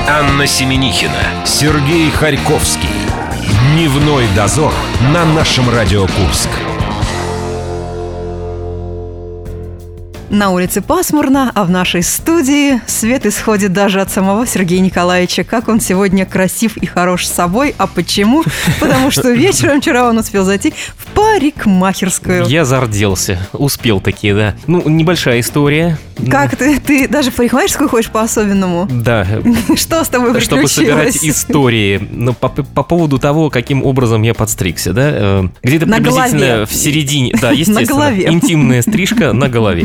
Анна Семенихина, Сергей Харьковский. Дневной дозор на нашем Радио Курск. На улице пасмурно, а в нашей студии свет исходит даже от самого Сергея Николаевича. Как он сегодня красив и хорош с собой. А почему? Потому что вечером вчера он успел зайти в парикмахерскую. Я зарделся. Успел таки, да. Небольшая история. Как ты даже в парикмахерскую ходишь по-особенному? Да. Что с тобой приключилось? Чтобы собирать истории по поводу того, каким образом я подстригся, да? Где-то на приблизительно голове. В середине. Да, естественно. На голове. Интимная стрижка на голове.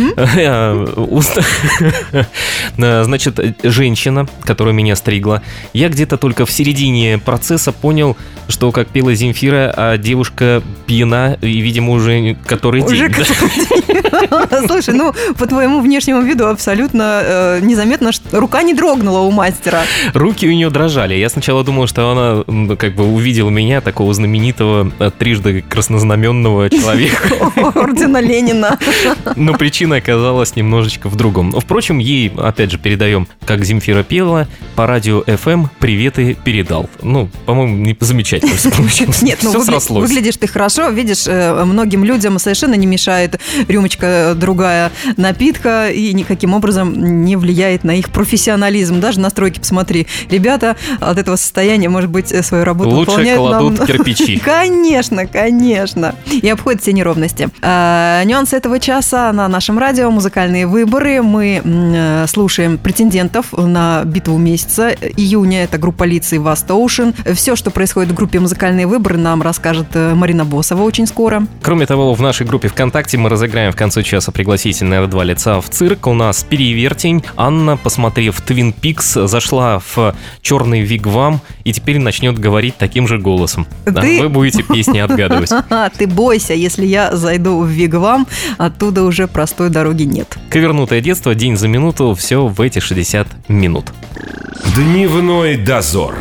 Значит, женщина, которая меня стригла, я где-то только в середине процесса понял, что, как пела Земфира, а девушка пьяна, и, видимо, уже который день. Слушай, по твоему внешнему виду абсолютно незаметно, что рука не дрогнула у мастера. Руки у нее дрожали. Я сначала думал, что она как бы увидела меня, такого знаменитого, трижды краснознаменного человека. Ордена Ленина. Но причина оказалась немножечко в другом. Впрочем, ей, опять же, передаем, как Земфира пела, по радио FM приветы передал. По-моему, замечательно все получилось. Нет, все срослось. Выглядишь ты хорошо. Видишь, многим людям совершенно не мешает рюмочка другая напитка и никаким образом не влияет на их профессионализм. Даже на стройке, посмотри. Ребята от этого состояния, может быть, свою работу лучше кладут кирпичи. Конечно. И обходят все неровности. Нюансы этого часа на нашем радио, музыкальные выборы. Мы слушаем претендентов на битву месяца июня. Это группа Лиц и Vast Ocean. Все, что происходит в группе «Музыкальные выборы», нам расскажет Марина Босова очень скоро. Кроме того, в нашей группе ВКонтакте мы разыграем в конце часа пригласительные 2 лица в цирк. У нас перевертень. Анна, посмотрев Twin Peaks, зашла в черный вигвам и теперь начнет говорить таким же голосом. Вы будете песни отгадывать. Ты бойся, если я зайду в вигвам, оттуда уже простой дороги нет. Ковернутое детство, день за минуту, все в эти 60 минут. Дневной дозор.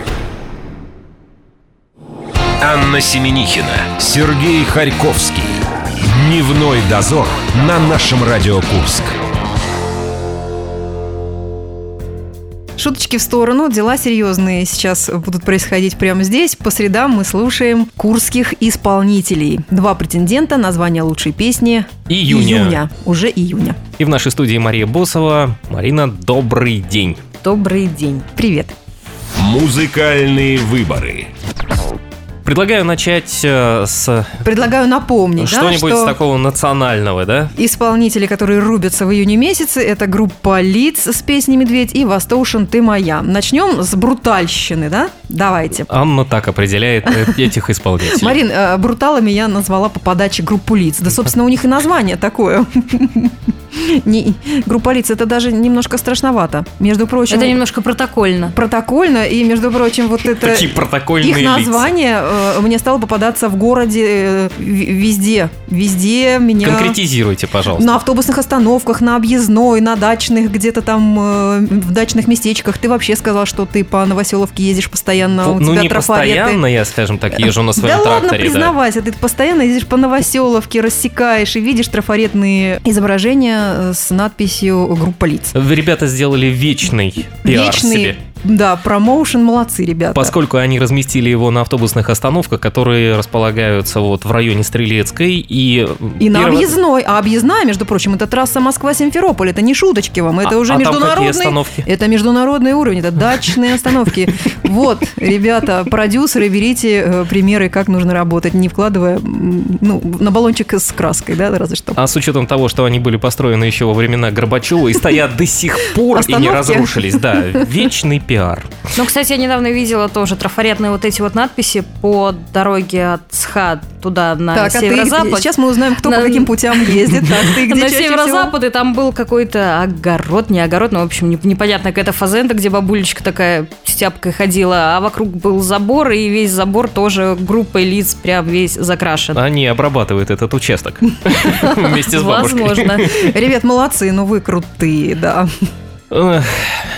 Анна Семенихина, Сергей Харьковский. Дневной дозор на нашем Радио Курск. Шуточки в сторону, дела серьезные сейчас будут происходить прямо здесь. По средам мы слушаем курских исполнителей. 2 претендента на звание лучшей песни июня. Уже июня. И в нашей студии Мария Босова. Марина, добрый день. Добрый день. Привет. Музыкальные выборы. Предлагаю начать с... Предлагаю напомнить, что-нибудь с такого национального, да? Исполнители, которые рубятся в июне месяце, это группа Лиц с песней «Медведь» и Vast Ocean «Ты моя». Начнем с брутальщины, да? Давайте. Анна так определяет этих исполнителей. Марин, бруталами я назвала по подаче группу Лиц. Да, собственно, у них и название такое. Группа Лиц, это даже немножко страшновато. Между прочим... Это немножко протокольно. Протокольно, и, между прочим, вот это... Такие протокольные их название мне стало попадаться в городе везде. Везде меня... Конкретизируйте, пожалуйста. На автобусных остановках, на объездной, на дачных, где-то там в дачных местечках. Ты вообще сказал, что ты по Новоселовке ездишь постоянно, у тебя не трафареты. Постоянно, я, скажем так, езжу на своем тракторе. тракторе. Да ладно, признавайся, ты постоянно ездишь по Новоселовке, рассекаешь и видишь трафаретные изображения с надписью «Группа Лиц». Ребята сделали вечный пиар себе. Да, промоушен, молодцы, ребята. Поскольку они разместили его на автобусных остановках, которые располагаются вот в районе Стрелецкой и на объездной. А объездная, между прочим, это трасса Москва-Симферополь. Это не шуточки вам, это уже международный. Это международный уровень, это дачные остановки. Вот, ребята, продюсеры, берите примеры, как нужно работать, не вкладывая на баллончик с краской, да, разве что. А с учетом того, что они были построены еще во времена Горбачева и стоят до сих пор и не разрушились, да, вечный пиар. Кстати, я недавно видела тоже трафаретные вот эти вот надписи по дороге от СХА туда на северо-запад. Сейчас мы узнаем, кто по каким путям ездит. На северо-запад, и там был какой-то огород, не огород, но, в общем, непонятная какая-то фазенда, где бабулечка такая с тяпкой ходила, а вокруг был забор, и весь забор тоже группой лиц прям весь закрашен. Они обрабатывают этот участок вместе с бабушкой. Возможно. Ребят, молодцы, вы крутые, да.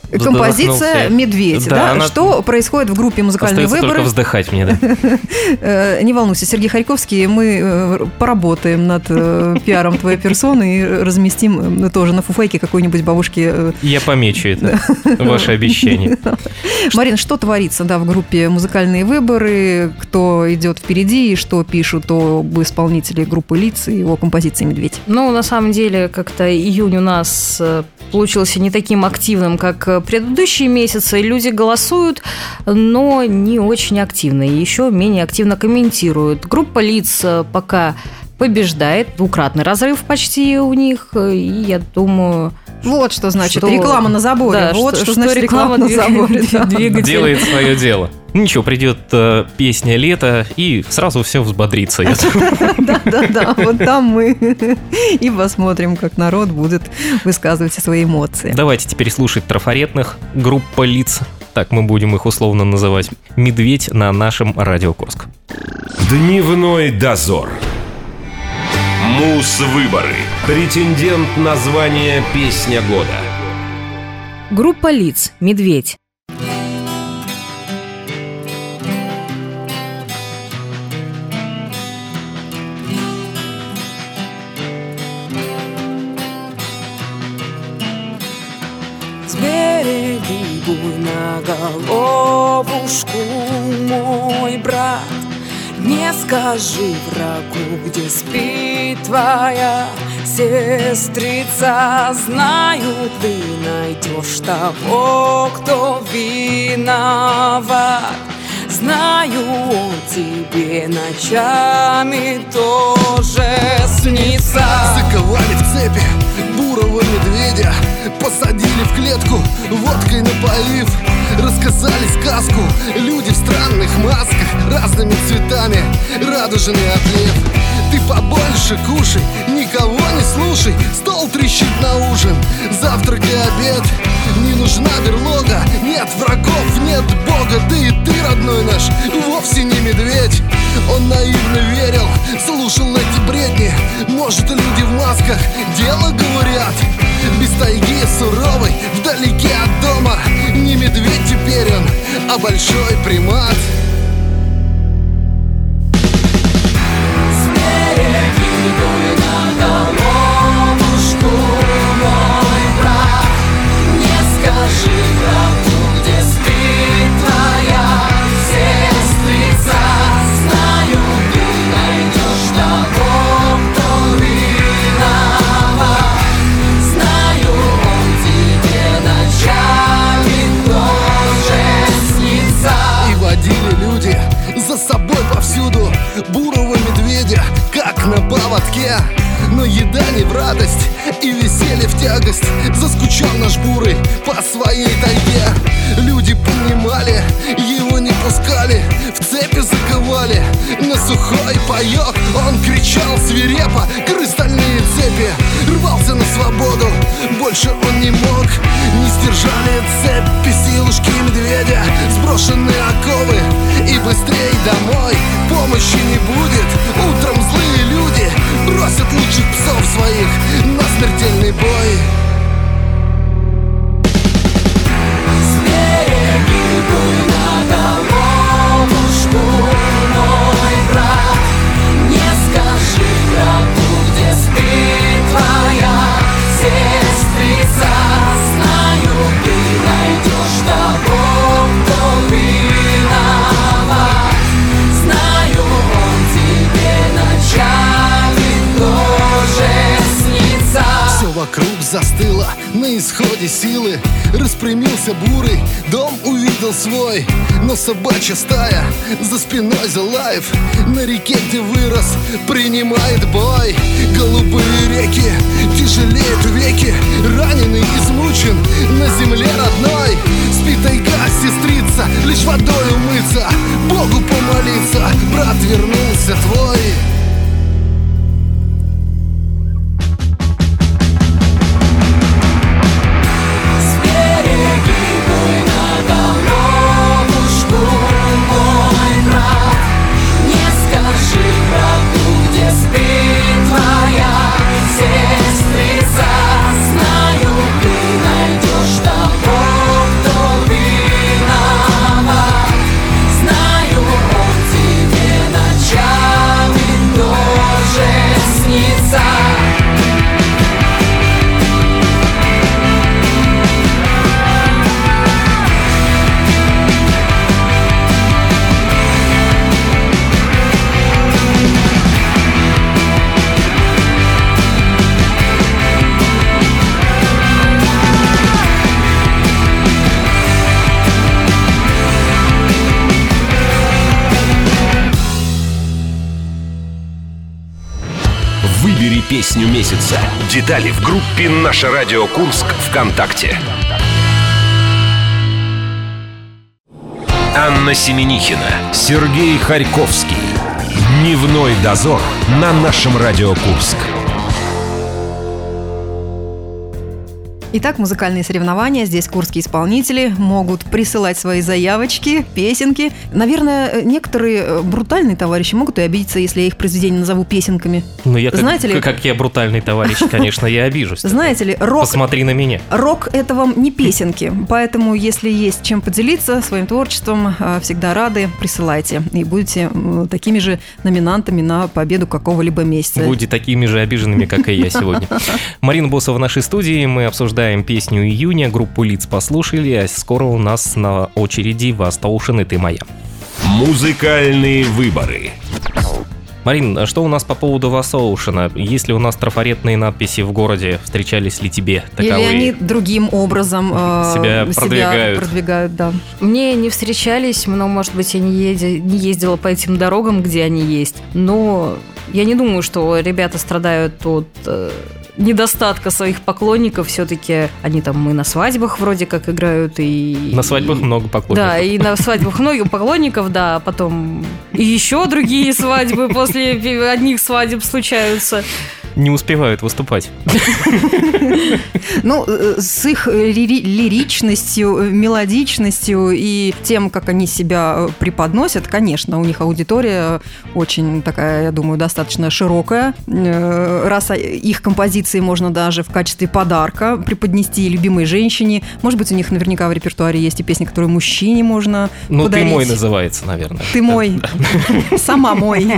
Композиция «Медведь». Да, Да? Что происходит в группе «Музыкальные остается выборы»? только вздыхать мне, да. Не волнуйся, Сергей Харьковский, мы поработаем над пиаром твоей персоны и разместим тоже на фуфайке какой-нибудь бабушки. Я помечу это, ваше обещание. Марин, что творится, в группе «Музыкальные выборы», кто идет впереди и что пишут об исполнителе группы лиц и его композиции «Медведь»? На самом деле, как-то июнь у нас получился не таким активным, как предыдущие месяцы. Люди голосуют, но не очень активно. И еще менее активно комментируют. Группа лиц пока побеждает. Двукратный разрыв почти у них. И я думаю... Вот что значит реклама на заборе. Да, вот что значит реклама на заборе. Делает свое дело. Ничего, придет песня «Лето», и сразу все взбодрится. Да, вот там мы и посмотрим, как народ будет высказывать свои эмоции. Давайте теперь слушать трафаретных. Группа лиц, так мы будем их условно называть, «Медведь» на нашем Радио Курск. Дневной дозор. Муз-выборы. Претендент на звание «Песня года». Группа лиц «Медведь». Сбереги буй на головушку, мой брат. Не скажи врагу, где спит твоя сестрица. Знаю, ты найдешь того, кто виноват. Знаю, он тебе ночами тоже снится. Заковали в цепи бурого медведя, посадили в клетку, водкой напоив. Рассказали сказку люди в странных масках, разными цветами радужный отлив. Ты побольше кушай, никого не слушай, стол трещит на ужин, завтрак и обед. Не нужна берлога, нет врагов, нет Бога. Да и ты, родной наш, вовсе не медведь. Он наивно верил, слушал эти бредни. Может, люди в масках дело говорят. Без тайги суровой, вдалеке от дома. Не медведь теперь он, а большой примат. За собой повсюду бурого медведя, как на поводке. Но еда не в радость и веселье в тягость. Заскучал наш бурый по своей тайге. Люди понимали, его не пускали, в цепи заковали. На сухой паёк он кричал свирепо. Грыз стальные цепи, рвался на свободу. Больше он не мог, не сдержали цепи силушки медведя. Сброшенные оковы и быстрей домой. Помощи не будет, утром злые люди бросят лучших псов своих на смертельный бой. Вокруг застыло на исходе силы. Распрямился бурый, дом увидел свой. Но собачья стая за спиной залаев. На реке, где вырос, принимает бой. Голубые реки, тяжелеют веки. Раненый, измучен, на земле родной. Спит тайга, сестрица, лишь водой умыться, Богу помолиться, брат вернулся твой. Знаю, ты найдешь того, песню месяца. Детали в группе «Наше радио Курск» ВКонтакте. Анна Семенихина, Сергей Харьковский. Дневной дозор на нашем Радио Курск. Итак, музыкальные соревнования. Здесь курские исполнители могут присылать свои заявочки, песенки. Наверное, некоторые брутальные товарищи могут и обидеться, если я их произведение назову песенками. Ну, я Знаете ли, как я брутальный товарищ, конечно, я обижусь. знаете ли, рок... Посмотри на меня. Рок – это вам не песенки, поэтому если есть чем поделиться своим творчеством, всегда рады, присылайте. И будете такими же номинантами на победу какого-либо месяца. Будьте такими же обиженными, как и я сегодня. Марина Босова в нашей студии. Мы обсуждаем песню «Июня». Группу «Лиц» послушали, а скоро у нас на очереди «Васта Оушен» и «Ты моя». Музыкальные выборы. Марин, а что у нас по поводу «Васта Оушена»? Есть ли у нас трафаретные надписи в городе? Встречались ли тебе таковые? Или они другим образом себя продвигают, да. Мне не встречались, но, может быть, я не ездила по этим дорогам, где они есть. Но я не думаю, что ребята страдают от недостатка своих поклонников. Все-таки они там и на свадьбах вроде как играют. И На свадьбах много поклонников. Да, и на свадьбах много поклонников, да, а потом и еще другие свадьбы после одних свадеб случаются. Не успевают выступать. Ну, с их лиричностью, мелодичностью и тем, как они себя преподносят, конечно, у них аудитория очень такая, я думаю, достаточно широкая. Раз их композиции можно даже в качестве подарка преподнести любимой женщине. Может быть, у них наверняка в репертуаре есть и песни, которые мужчине можно Ну, подарить. «Ты мой» называется, наверное. «Ты мой». Сама мой.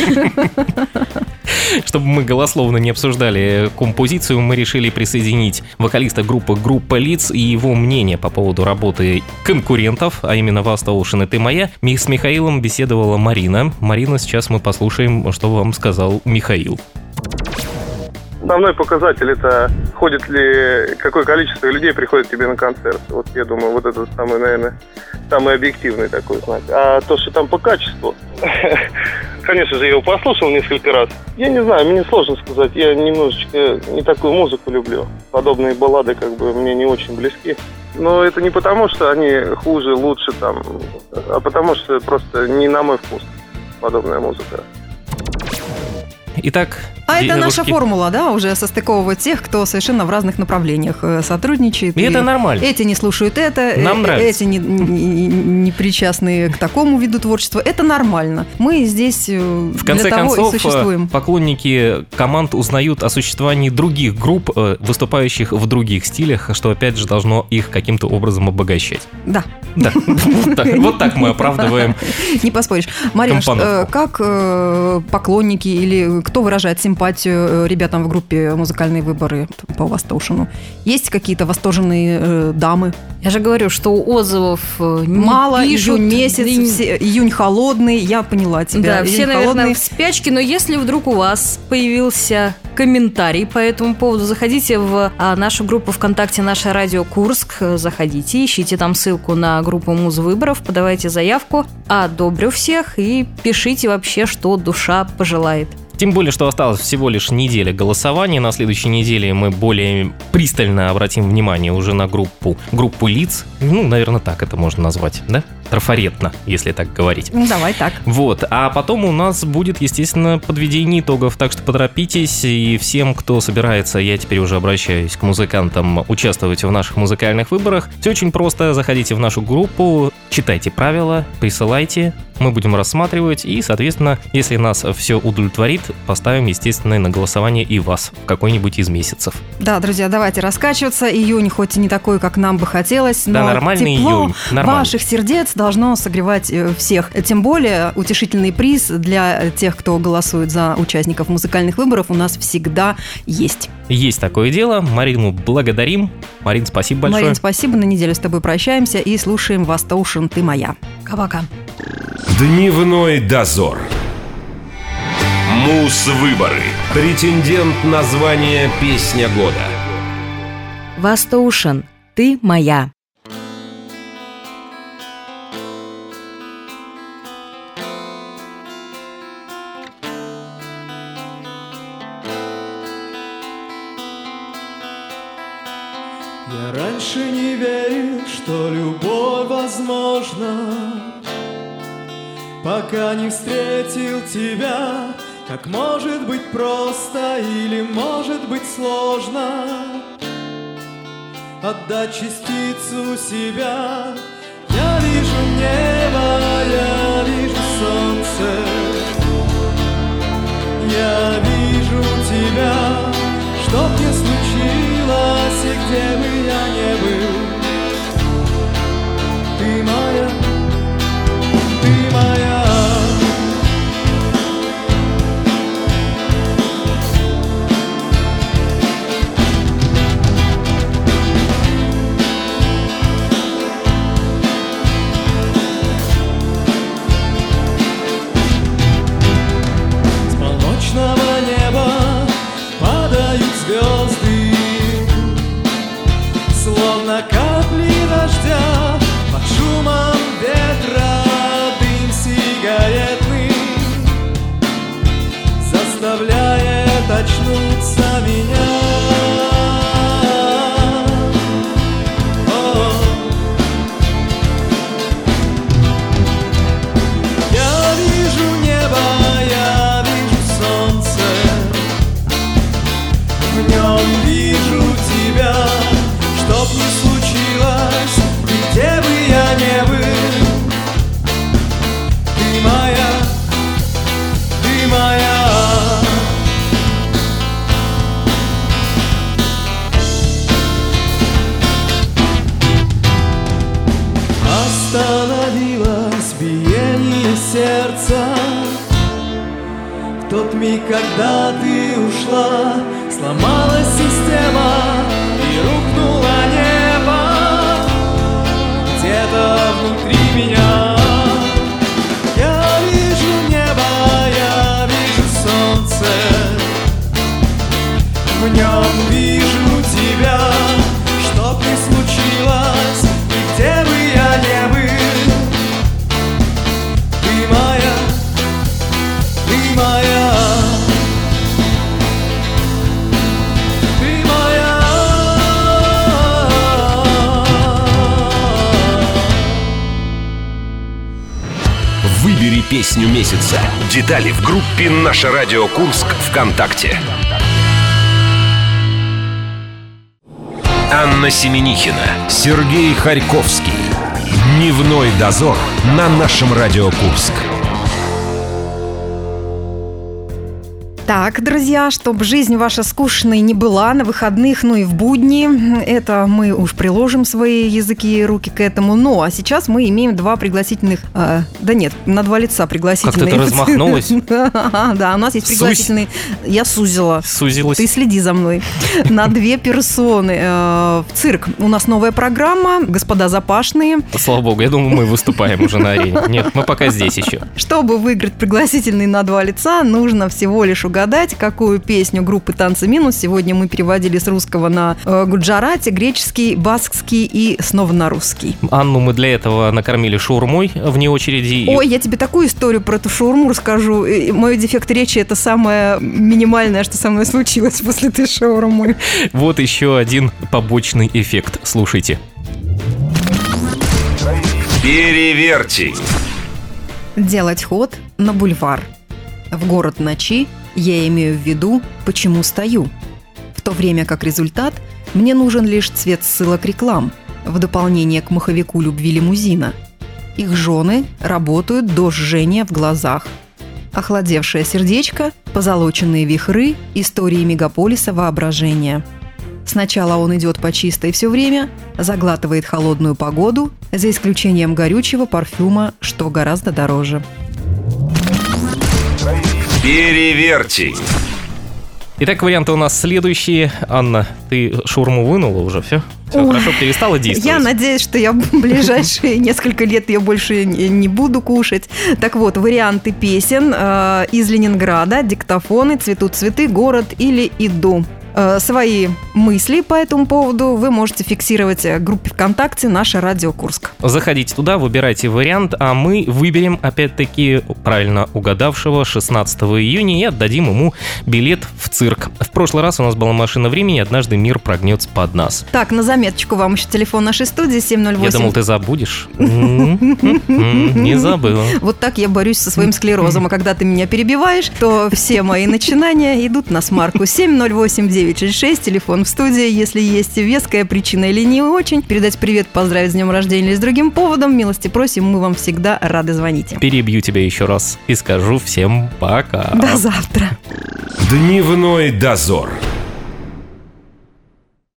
Чтобы мы голословно не обсуждали композицию, мы решили присоединить вокалиста группа «Лиц» и его мнение по поводу работы конкурентов, а именно «Васта Оушен» и «Ты моя». С Михаилом беседовала Марина. Марина, сейчас мы послушаем, что вам сказал Михаил. Основной показатель – это ходит ли, какое количество людей приходит к тебе на концерт. Вот я думаю, вот это самый, наверное, самый объективный такой знак. А то, что там по качеству, конечно же, я его послушал несколько раз. Я не знаю, мне сложно сказать, я немножечко не такую музыку люблю. Подобные баллады как бы мне не очень близки. Но это не потому, что они хуже, лучше там, а потому что просто не на мой вкус подобная музыка. Итак, А это наша девушки. формула, да, уже состыковывать тех, кто совершенно в разных направлениях сотрудничает. И это нормально. Эти не слушают это, Нам нравится. эти не причастны к такому виду творчества. Это нормально. Мы здесь В конце для того концов, и существуем. поклонники команд узнают о существовании других групп, выступающих в других стилях, что, опять же, должно их каким-то образом обогащать. Да. Да, вот так мы оправдываем. Не поспоришь. Марин, Компоновку. как поклонники или кто выражает симпатию ребятам в группе «Музыкальные выборы» по «Васта Оушену»? Есть какие-то восторженные дамы? Я же говорю, что отзывов не Мало, пишут. июнь месяц, июнь холодный, я поняла тебя. Да, все, Июнь наверное, холодный. в спячке, но если вдруг у вас появился комментарий по этому поводу, заходите в нашу группу ВКонтакте «Наше радио Курск», заходите, ищите там ссылку на группу Музвыборов, подавайте заявку, одобрю всех и пишите вообще, что душа пожелает. Тем более, что осталось всего лишь неделя голосования. На следующей неделе мы более пристально обратим внимание уже на группу «Лиц». Ну, наверное, так это можно назвать, да? Трафаретно, если так говорить. Ну, давай так. Вот, а потом у нас будет, естественно, подведение итогов, так что поторопитесь, и всем, кто собирается, я теперь уже обращаюсь к музыкантам, участвовать в наших музыкальных выборах. Все очень просто, заходите в нашу группу, читайте правила, присылайте, мы будем рассматривать, и, соответственно, если нас все удовлетворит, поставим, естественно, на голосование и вас в какой-нибудь из месяцев. Да, друзья, давайте раскачиваться. Июнь хоть и не такой, как нам бы хотелось, но Да, нормальный тепло июнь, нормально. ваших сердец должно согревать всех. Тем более утешительный приз для тех, кто голосует за участников музыкальных выборов, у нас всегда есть. Есть такое дело. Марину благодарим. Марин, спасибо большое. Марин, спасибо. На неделю с тобой прощаемся и слушаем «Васта Оушен, ты моя». Пока-пока. Дневной дозор. Музвыборы. Претендент на звание «Песня года». «Васта Оушен, ты моя». больше не верил, что любовь возможна, пока не встретил тебя. Как может быть просто или может быть сложно отдать частицу себя? Я вижу небо, я вижу солнце, я вижу тебя. Чтоб не случилось и где бы я не был, ты моя, ты моя. Звезды, словно капли дождя, под шумом ветра дым сигаретный заставляет очнуться меня. Я вижу небо, я вижу солнце, в нем вижу тебя. Чтоб не случилось, где бы я не был, ты моя, ты моя. Остановилось биение сердца в тот миг, когда ты ушла. Сломалась система и рухнуло небо где-то внутри меня. Я вижу небо, я вижу солнце, в нем вижу тебя. Чтоб не случилось, и где бы я не был, ты моя, ты моя. Выбери песню месяца. Детали в группе «Наше радио Курск» ВКонтакте. Анна Семенихина, Сергей Харьковский. Дневной дозор на нашем радио Курск. Так, друзья, чтобы жизнь ваша скучной не была на выходных, ну и в будни, это мы уж приложим свои языки и руки к этому. Ну, а сейчас мы имеем два пригласительных... да нет, на два лица пригласительные. Как-то ты размахнулась. Да, у нас есть пригласительные... Я сузила. Сузилась. Ты следи за мной. На две персоны. В цирк. У нас новая программа «Господа запашные». Слава богу, я думаю, мы выступаем уже на арене. Нет, мы пока здесь еще. Чтобы выиграть пригласительный на два лица, нужно всего лишь угадать, какую песню группы «Танцы минус» сегодня мы переводили с русского на гуджарати, греческий, баскский и снова на русский. Анну мы для этого накормили шаурмой вне очереди. Ой, я тебе такую историю про эту шаурму расскажу. Мой дефект речи – это самое минимальное, что со мной случилось после этой шаурмы. Вот еще один побочный эффект. Слушайте. Переверьте. Делать ход на бульвар. В город ночи я имею в виду, почему стою. В то время как результат мне нужен лишь цвет ссылок реклам, в дополнение к маховику любви лимузина. Их жены работают до жжения в глазах. Охладевшее сердечко, позолоченные вихры, истории мегаполиса воображения. Сначала он идет по чистой все время, заглатывает холодную погоду, за исключением горючего парфюма, что гораздо дороже. Переверьте. Итак, варианты у нас следующие. Анна, ты шаурму вынула уже, все? Все хорошо, перестала действовать? Я надеюсь, что я в ближайшие несколько лет ее больше не буду кушать. Так вот, варианты песен из Ленинграда, диктофоны, цветут цветы, город или иду. свои мысли по этому поводу вы можете фиксировать в группе ВКонтакте «Наше радио Курск». Заходите туда, выбирайте вариант, а мы выберем, опять-таки, правильно угадавшего 16 июня и отдадим ему билет в цирк. В прошлый раз у нас была машина времени, однажды мир прогнется под нас. Так, на заметочку вам еще телефон нашей студии 708. Я думал, ты забудешь. Не забыла. Вот так я борюсь со своим склерозом, а когда ты меня перебиваешь, то все мои начинания идут на смарку. 708-966, телефон в студии, если есть веская причина или не очень. Передать привет, поздравить с днем рождения или с другим поводом, милости просим, мы вам всегда рады, звоните. Перебью тебя еще раз и скажу всем пока. До завтра. Дневной дозор.